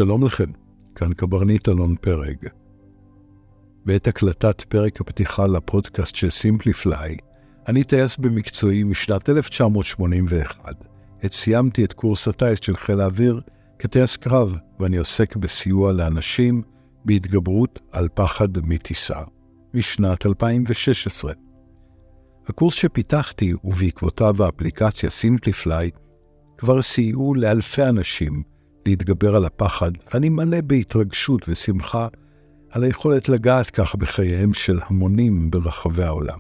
שלום לכם, כאן קברניט אלון פרג. בעת הקלטת פרק הפתיחה לפודקאסט של סימפליפליי, אני טייס במקצועי משנת 1981. סיימתי את קורס הטייס של חיל האוויר כטייס קרב, ואני עוסק בסיוע לאנשים בהתגברות על פחד מטיסה, משנת 2016. הקורס שפיתחתי ובעקבותיו האפליקציה סימפליפליי כבר סייעו לאלפי אנשים להתגבר על הפחד, ואני מלא בהתרגשות ושמחה על היכולת לגעת כך בחייהם של המונים ברחבי העולם.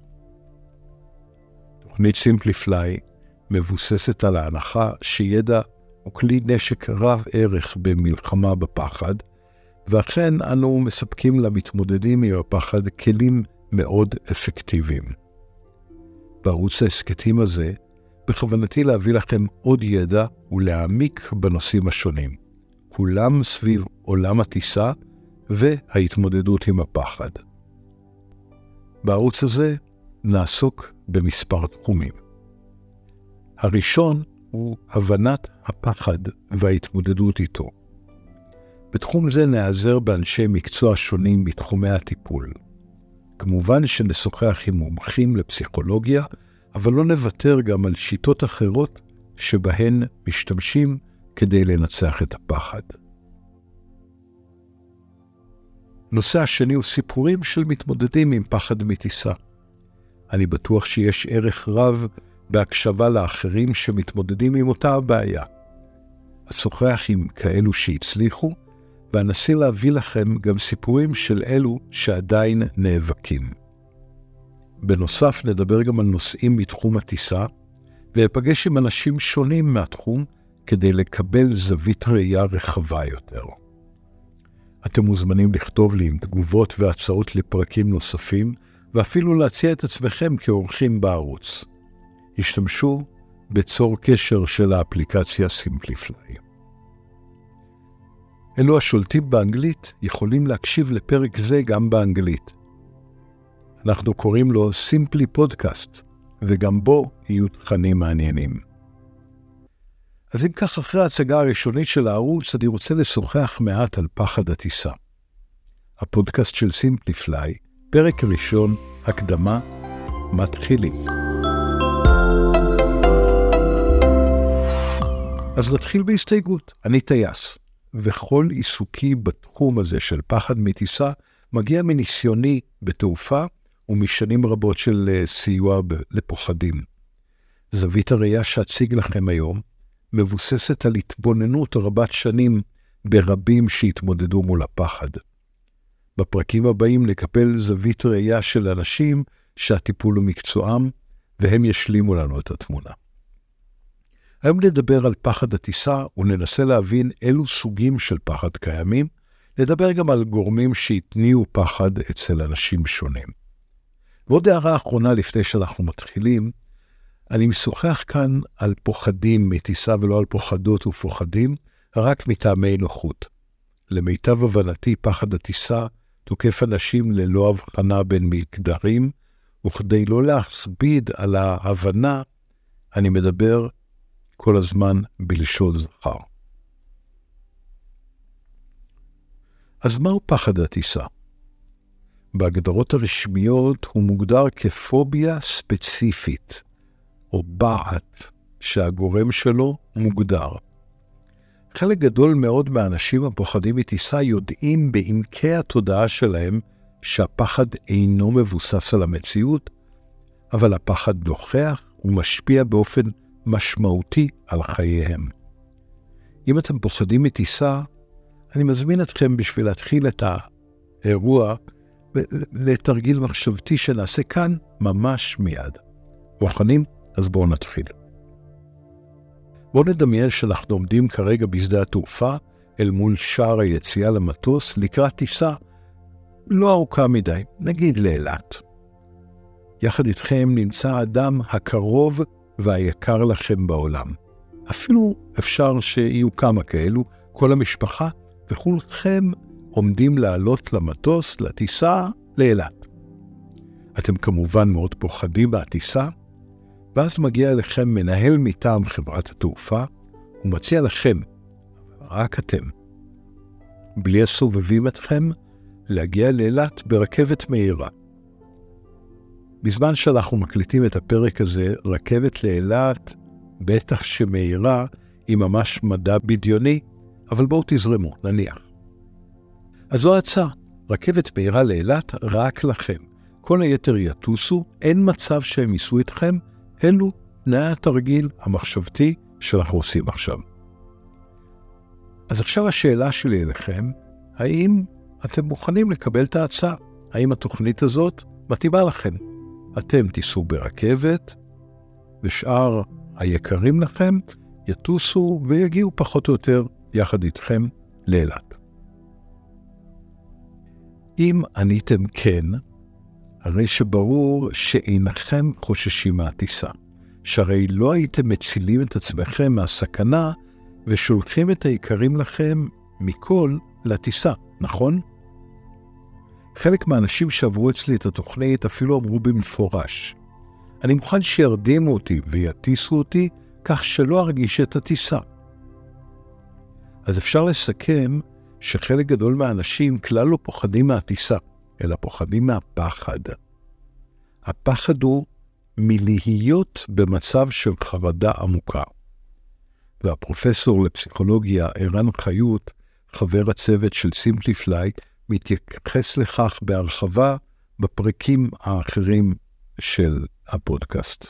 תוכנית סימפליפליי מבוססת על ההנחה שידע הוא כלי נשק רב ערך במלחמה בפחד, ואכן אנו מספקים למתמודדים עם הפחד כלים מאוד אפקטיביים. בערוץ ההסכתים הזה, בכוונתי להביא לכם עוד ידע ולהעמיק בנושאים השונים, כולם סביב עולם הטיסה וההתמודדות עם הפחד. בערוץ הזה נעסוק במספר תחומים. הראשון הוא הבנת הפחד וההתמודדות איתו. בתחום זה נעזר באנשי מקצוע שונים בתחומי הטיפול. כמובן שנשוחח עם מומחים לפסיכולוגיה, אבל לא נוותר גם על שיטות אחרות שבהן משתמשים כדי לנצח את הפחד. נושא השני הוא סיפורים של מתמודדים עם פחד מטיסה. אני בטוח שיש ערך רב בהקשבה לאחרים שמתמודדים עם אותה הבעיה. אשוחח עם כאלו שהצליחו, ואנסה להביא לכם גם סיפורים של אלו שעדיין נאבקים. בנוסף נדבר גם על נושאים בתחום הטיסה, ואפגש עם אנשים שונים מהתחום כדי לקבל זווית ראייה רחבה יותר. אתם מוזמנים לכתוב לי עם תגובות והצעות לפרקים נוספים, ואפילו להציע את עצמכם כאורחים בערוץ. השתמשו בצור קשר של האפליקציה סימפליפליי. אלו השולטים באנגלית יכולים להקשיב לפרק זה גם באנגלית. אנחנו קוראים לו סימפלי פודקאסט, וגם בו יהיו תכנים מעניינים. אז אם כך, אחרי ההצגה הראשונית של הערוץ, אני רוצה לשוחח מעט על פחד הטיסה. הפודקאסט של סימפליפליי, פרק ראשון, הקדמה, מתחילים. אז נתחיל בהסתייגות. אני טייס, וכל עיסוקי בתחום הזה של פחד מטיסה מגיע מניסיוני בתעופה ומשנים רבות של סיוע לפוחדים. זווית הראייה שאציג לכם היום מבוססת על התבוננות רבת שנים ברבים שהתמודדו מול הפחד. בפרקים הבאים נקבל זווית ראייה של אנשים שהטיפול הוא מקצועם, והם ישלימו לנו את התמונה. היום נדבר על פחד הטיסה וננסה להבין אילו סוגים של פחד קיימים, נדבר גם על גורמים שהתניעו פחד אצל אנשים שונים. ועוד הערה אחרונה לפני שאנחנו מתחילים, אני משוחח כאן על פוחדים מטיסה ולא על פוחדות ופוחדים, רק מטעמי נוחות. למיטב הבנתי, פחד הטיסה תוקף אנשים ללא הבחנה בין מגדרים, וכדי לא להכביד על ההבנה, אני מדבר כל הזמן בלשון זכר. אז מהו פחד הטיסה? בהגדרות הרשמיות הוא מוגדר כפוביה ספציפית, או בעט, שהגורם שלו מוגדר. חלק גדול מאוד מהאנשים הפוחדים מטיסה יודעים בעמקי התודעה שלהם שהפחד אינו מבוסס על המציאות, אבל הפחד נוכח ומשפיע באופן משמעותי על חייהם. אם אתם פוחדים מטיסה, אני מזמין אתכם בשביל להתחיל את האירוע לתרגיל מחשבתי שנעשה כאן ממש מיד. מוכנים? אז בואו נתחיל. בואו נדמיין שאנחנו עומדים כרגע בשדה התעופה אל מול שער היציאה למטוס לקראת טיסה לא ארוכה מדי, נגיד לאילת. יחד איתכם נמצא האדם הקרוב והיקר לכם בעולם. אפילו אפשר שיהיו כמה כאלו, כל המשפחה, וכולכם עומדים לעלות למטוס, לטיסה, לאילת. אתם כמובן מאוד פוחדים מהטיסה, ואז מגיע אליכם מנהל מטעם חברת התעופה, ומציע לכם, רק אתם, בלי הסובבים אתכם, להגיע לאילת ברכבת מהירה. בזמן שאנחנו מקליטים את הפרק הזה, רכבת לאילת, בטח שמהירה, היא ממש מדע בדיוני, אבל בואו תזרמו, נניח. אז זו הצעה, רכבת מהירה לאילת רק לכם. כל היתר יטוסו, אין מצב שהם ייסעו איתכם, אלו תנאי התרגיל המחשבתי שאנחנו עושים עכשיו. אז עכשיו השאלה שלי אליכם, האם אתם מוכנים לקבל את ההצעה? האם התוכנית הזאת מתאימה לכם? אתם תיסעו ברכבת, ושאר היקרים לכם יטוסו ויגיעו פחות או יותר יחד איתכם לאילת. אם עניתם כן, הרי שברור שאינכם חוששים מהטיסה, שהרי לא הייתם מצילים את עצמכם מהסכנה ושולחים את היקרים לכם מכל לטיסה, נכון? חלק מהאנשים שעברו אצלי את התוכנית אפילו אמרו במפורש, אני מוכן שירדימו אותי ויטיסו אותי כך שלא ארגיש את הטיסה. אז אפשר לסכם שחלק גדול מהאנשים כלל לא פוחדים מהטיסה, אלא פוחדים מהפחד. הפחד הוא מלהיות במצב של חרדה עמוקה. והפרופסור לפסיכולוגיה ערן חיות, חבר הצוות של סימפליפליי, מתייחס לכך בהרחבה בפרקים האחרים של הפודקאסט.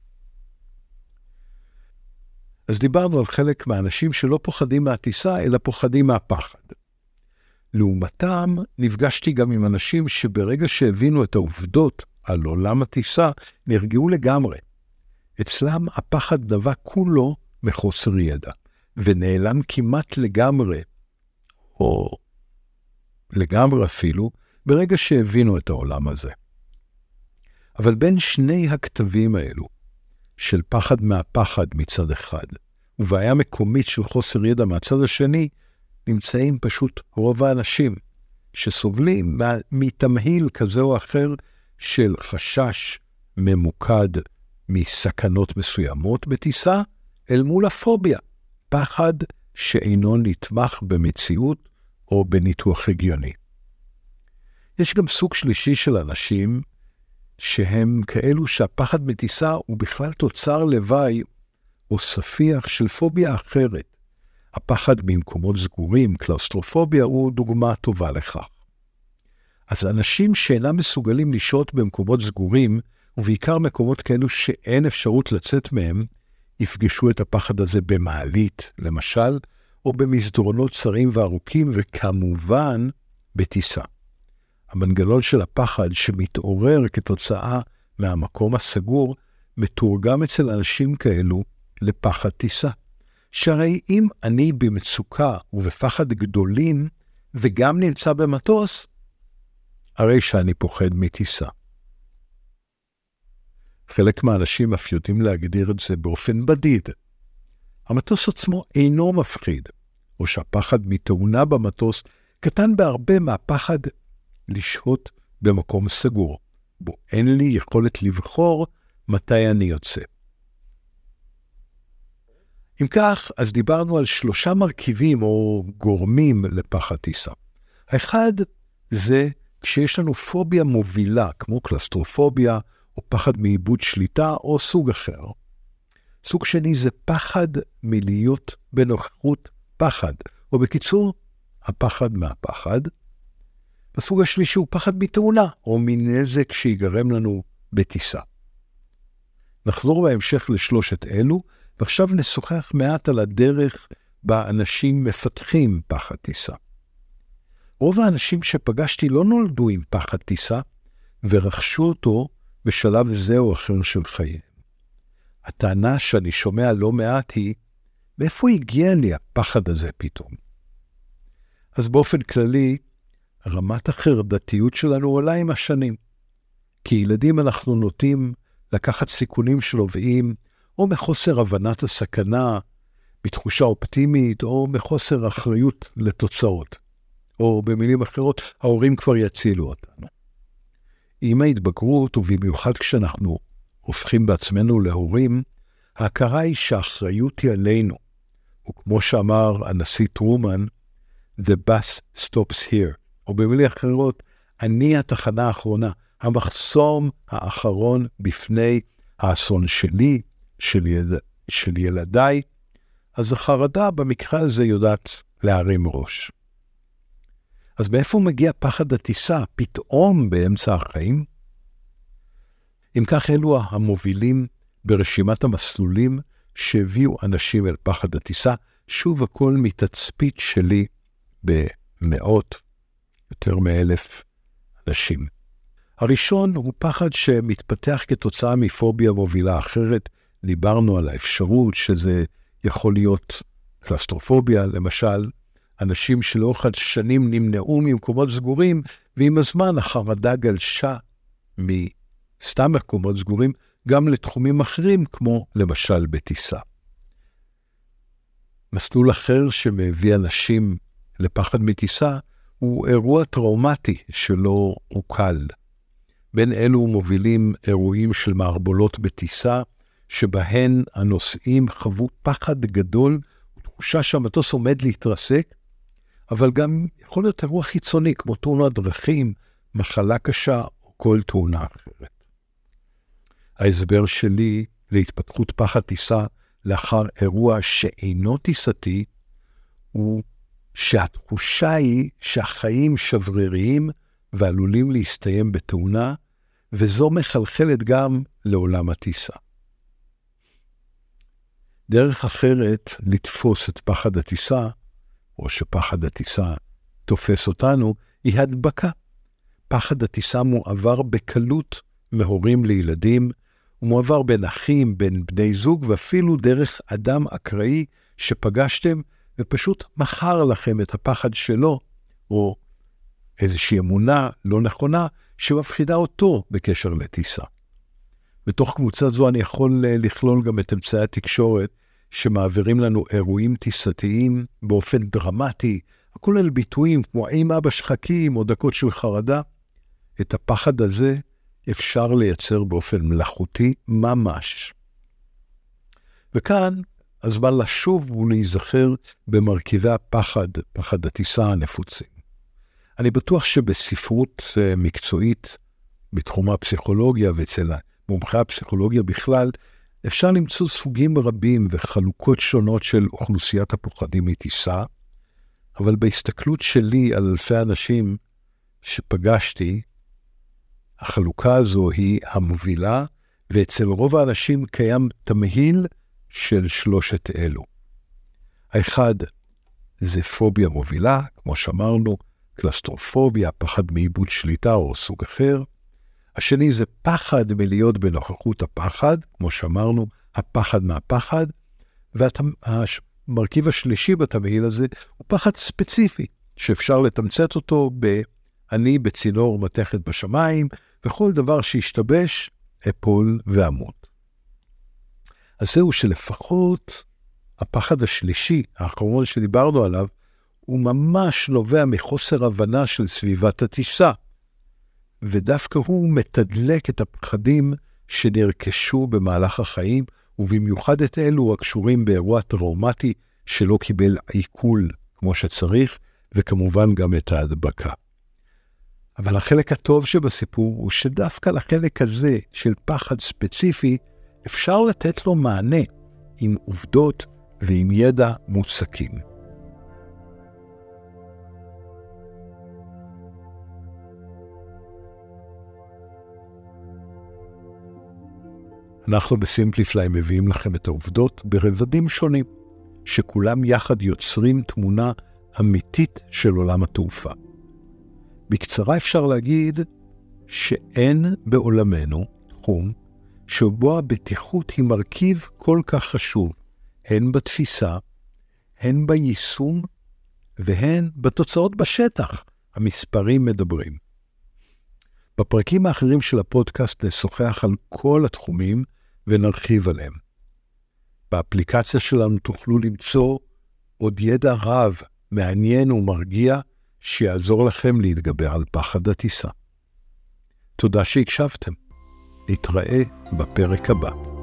אז דיברנו על חלק מהאנשים שלא פוחדים מהטיסה, אלא פוחדים מהפחד. לעומתם, נפגשתי גם עם אנשים שברגע שהבינו את העובדות על עולם הטיסה, נרגעו לגמרי. אצלם הפחד נבע כולו מחוסר ידע, ונעלם כמעט לגמרי, או לגמרי אפילו, ברגע שהבינו את העולם הזה. אבל בין שני הכתבים האלו, של פחד מהפחד מצד אחד, ובעיה מקומית של חוסר ידע מהצד השני, נמצאים פשוט רוב האנשים שסובלים מתמהיל כזה או אחר של חשש ממוקד מסכנות מסוימות בטיסה, אל מול הפוביה, פחד שאינו נתמך במציאות או בניתוח הגיוני. יש גם סוג שלישי של אנשים שהם כאלו שהפחד מטיסה הוא בכלל תוצר לוואי או ספיח של פוביה אחרת. הפחד ממקומות סגורים, קלאוסטרופוביה, הוא דוגמה טובה לכך. אז אנשים שאינם מסוגלים לשהות במקומות סגורים, ובעיקר מקומות כאלו שאין אפשרות לצאת מהם, יפגשו את הפחד הזה במעלית, למשל, או במסדרונות צרים וארוכים, וכמובן בטיסה. המנגנון של הפחד שמתעורר כתוצאה מהמקום הסגור, מתורגם אצל אנשים כאלו לפחד טיסה. שהרי אם אני במצוקה ובפחד גדולים, וגם נמצא במטוס, הרי שאני פוחד מטיסה. חלק מהאנשים אף יודעים להגדיר את זה באופן בדיד. המטוס עצמו אינו מפחיד, או שהפחד מתאונה במטוס קטן בהרבה מהפחד לשהות במקום סגור, בו אין לי יכולת לבחור מתי אני יוצא. אם כך, אז דיברנו על 3 מרכיבים או גורמים לפחד טיסה. האחד זה כשיש לנו פוביה מובילה, כמו קלאוסטרופוביה, או פחד מאיבוד שליטה, או סוג אחר. סוג שני זה פחד מלהיות בנוכחות פחד, או בקיצור, הפחד מהפחד. הסוג השלישי הוא פחד מתאונה, או מנזק שיגרם לנו בטיסה. נחזור בהמשך לשלושת אלו, ועכשיו נשוחח מעט על הדרך בה אנשים מפתחים פחד טיסה. רוב האנשים שפגשתי לא נולדו עם פחד טיסה, ורכשו אותו בשלב זה או אחר של חייהם. הטענה שאני שומע לא מעט היא, מאיפה הגיע לי הפחד הזה פתאום? אז באופן כללי, רמת החרדתיות שלנו עולה עם השנים. כילדים אנחנו נוטים לקחת סיכונים שנובעים, או מחוסר הבנת הסכנה, בתחושה אופטימית, או מחוסר אחריות לתוצאות. או במילים אחרות, ההורים כבר יצילו אותנו. עם ההתבגרות, ובמיוחד כשאנחנו הופכים בעצמנו להורים, ההכרה היא שהאחריות היא עלינו. וכמו שאמר הנשיא טרומן, The bus stops here. או במילים אחרות, אני התחנה האחרונה, המחסום האחרון בפני האסון שלי, של ילדיי. אז החרדה במקרה הזה יודעת להרים ראש. אז מאיפה מגיע פחד הטיסה פתאום באמצע החיים? אם כך, אלו המובילים ברשימת המסלולים שהביאו אנשים אל פחד הטיסה, שוב הכל מתצפית שלי במאות, יותר מ1,000 אנשים. הראשון הוא פחד שמתפתח כתוצאה מפוביה מובילה אחרת. דיברנו על האפשרות שזה יכול להיות קלסטרופוביה, למשל, אנשים שלאורך השנים נמנעו ממקומות סגורים, ועם הזמן החרדה גלשה מסתם מקומות סגורים, גם לתחומים אחרים, כמו למשל בטיסה. מסלול אחר שמביא אנשים לפחד מטיסה, הוא אירוע טראומטי שלא הוקל. בין אלו מובילים אירועים של מערבולות בטיסה, שבהן הנוסעים חוו פחד גדול, ותחושה שהמטוס עומד להתרסק, אבל גם יכול להיות אירוע חיצוני, כמו תאונת דרכים, מחלה קשה, או כל תאונה אחרת. ההסבר שלי להתפתחות פחד טיסה לאחר אירוע שאינו טיסתי, הוא שהתחושה היא שהחיים שבריריים ועלולים להסתיים בתאונה, וזו מחלחלת גם לעולם הטיסה. דרך אחרת לתפוס את פחד הטיסה, או שפחד הטיסה תופס אותנו, היא הדבקה. פחד הטיסה מועבר בקלות מהורים לילדים, הוא מועבר בין אחים, בין בני זוג, ואפילו דרך אדם אקראי שפגשתם, ופשוט מכר לכם את הפחד שלו, או איזושהי אמונה לא נכונה, שמפחידה אותו בקשר לטיסה. בתוך קבוצה זו אני יכול לכלול גם את אמצעי התקשורת, שמעבירים לנו אירועים טיסתיים באופן דרמטי, הכולל ביטויים כמו אם אבא שחקים או דקות של חרדה. את הפחד הזה אפשר לייצר באופן מלאכותי ממש. וכאן הזמן לשוב ולהיזכר במרכיבי הפחד, פחד הטיסה הנפוצים. אני בטוח שבספרות מקצועית בתחום הפסיכולוגיה ואצל מומחי הפסיכולוגיה בכלל, אפשר למצוא סוגים רבים וחלוקות שונות של אוכלוסיית הפוחדים מטיסה, אבל בהסתכלות שלי על אלפי אנשים שפגשתי, החלוקה הזו היא המובילה, ואצל רוב האנשים קיים תמהיל של שלושת אלו. האחד זה פוביה מובילה, כמו שאמרנו, קלסטרופוביה, פחד מאיבוד שליטה או סוג אחר. השני זה פחד מלהיות בנוכחות הפחד, כמו שאמרנו, הפחד מהפחד, והמרכיב השלישי בתמהיל הזה הוא פחד ספציפי, שאפשר לתמצת אותו אני בצינור מתכת בשמיים, וכל דבר שישתבש, אפול ועמוד. אז זהו שלפחות הפחד השלישי, האחרון שדיברנו עליו, הוא ממש נובע מחוסר הבנה של סביבת הטיסה, ודווקא הוא מתדלק את הפחדים שנרכשו במהלך החיים, ובמיוחד את אלו הקשורים באירוע טראומטי שלא קיבל עיכול כמו שצריך, וכמובן גם את ההדבקה. אבל החלק הטוב שבסיפור הוא שדווקא לחלק הזה של פחד ספציפי, אפשר לתת לו מענה עם עובדות ועם ידע מוצקים. אנחנו בסימפליפליי מביאים לכם את העובדות ברבדים שונים, שכולם יחד יוצרים תמונה אמיתית של עולם התעופה. בקצרה אפשר להגיד שאין בעולמנו תחום שבו הבטיחות היא מרכיב כל כך חשוב, הן בתפיסה, הן ביישום, והן בתוצאות בשטח. המספרים מדברים. בפרקים האחרים של הפודקאסט נשוחח על כל התחומים ונרחיב עליהם. באפליקציה שלנו תוכלו למצוא עוד ידע רב, מעניין ומרגיע, שיעזור לכם להתגבר על פחד הטיסה. תודה שהקשבתם. נתראה בפרק הבא.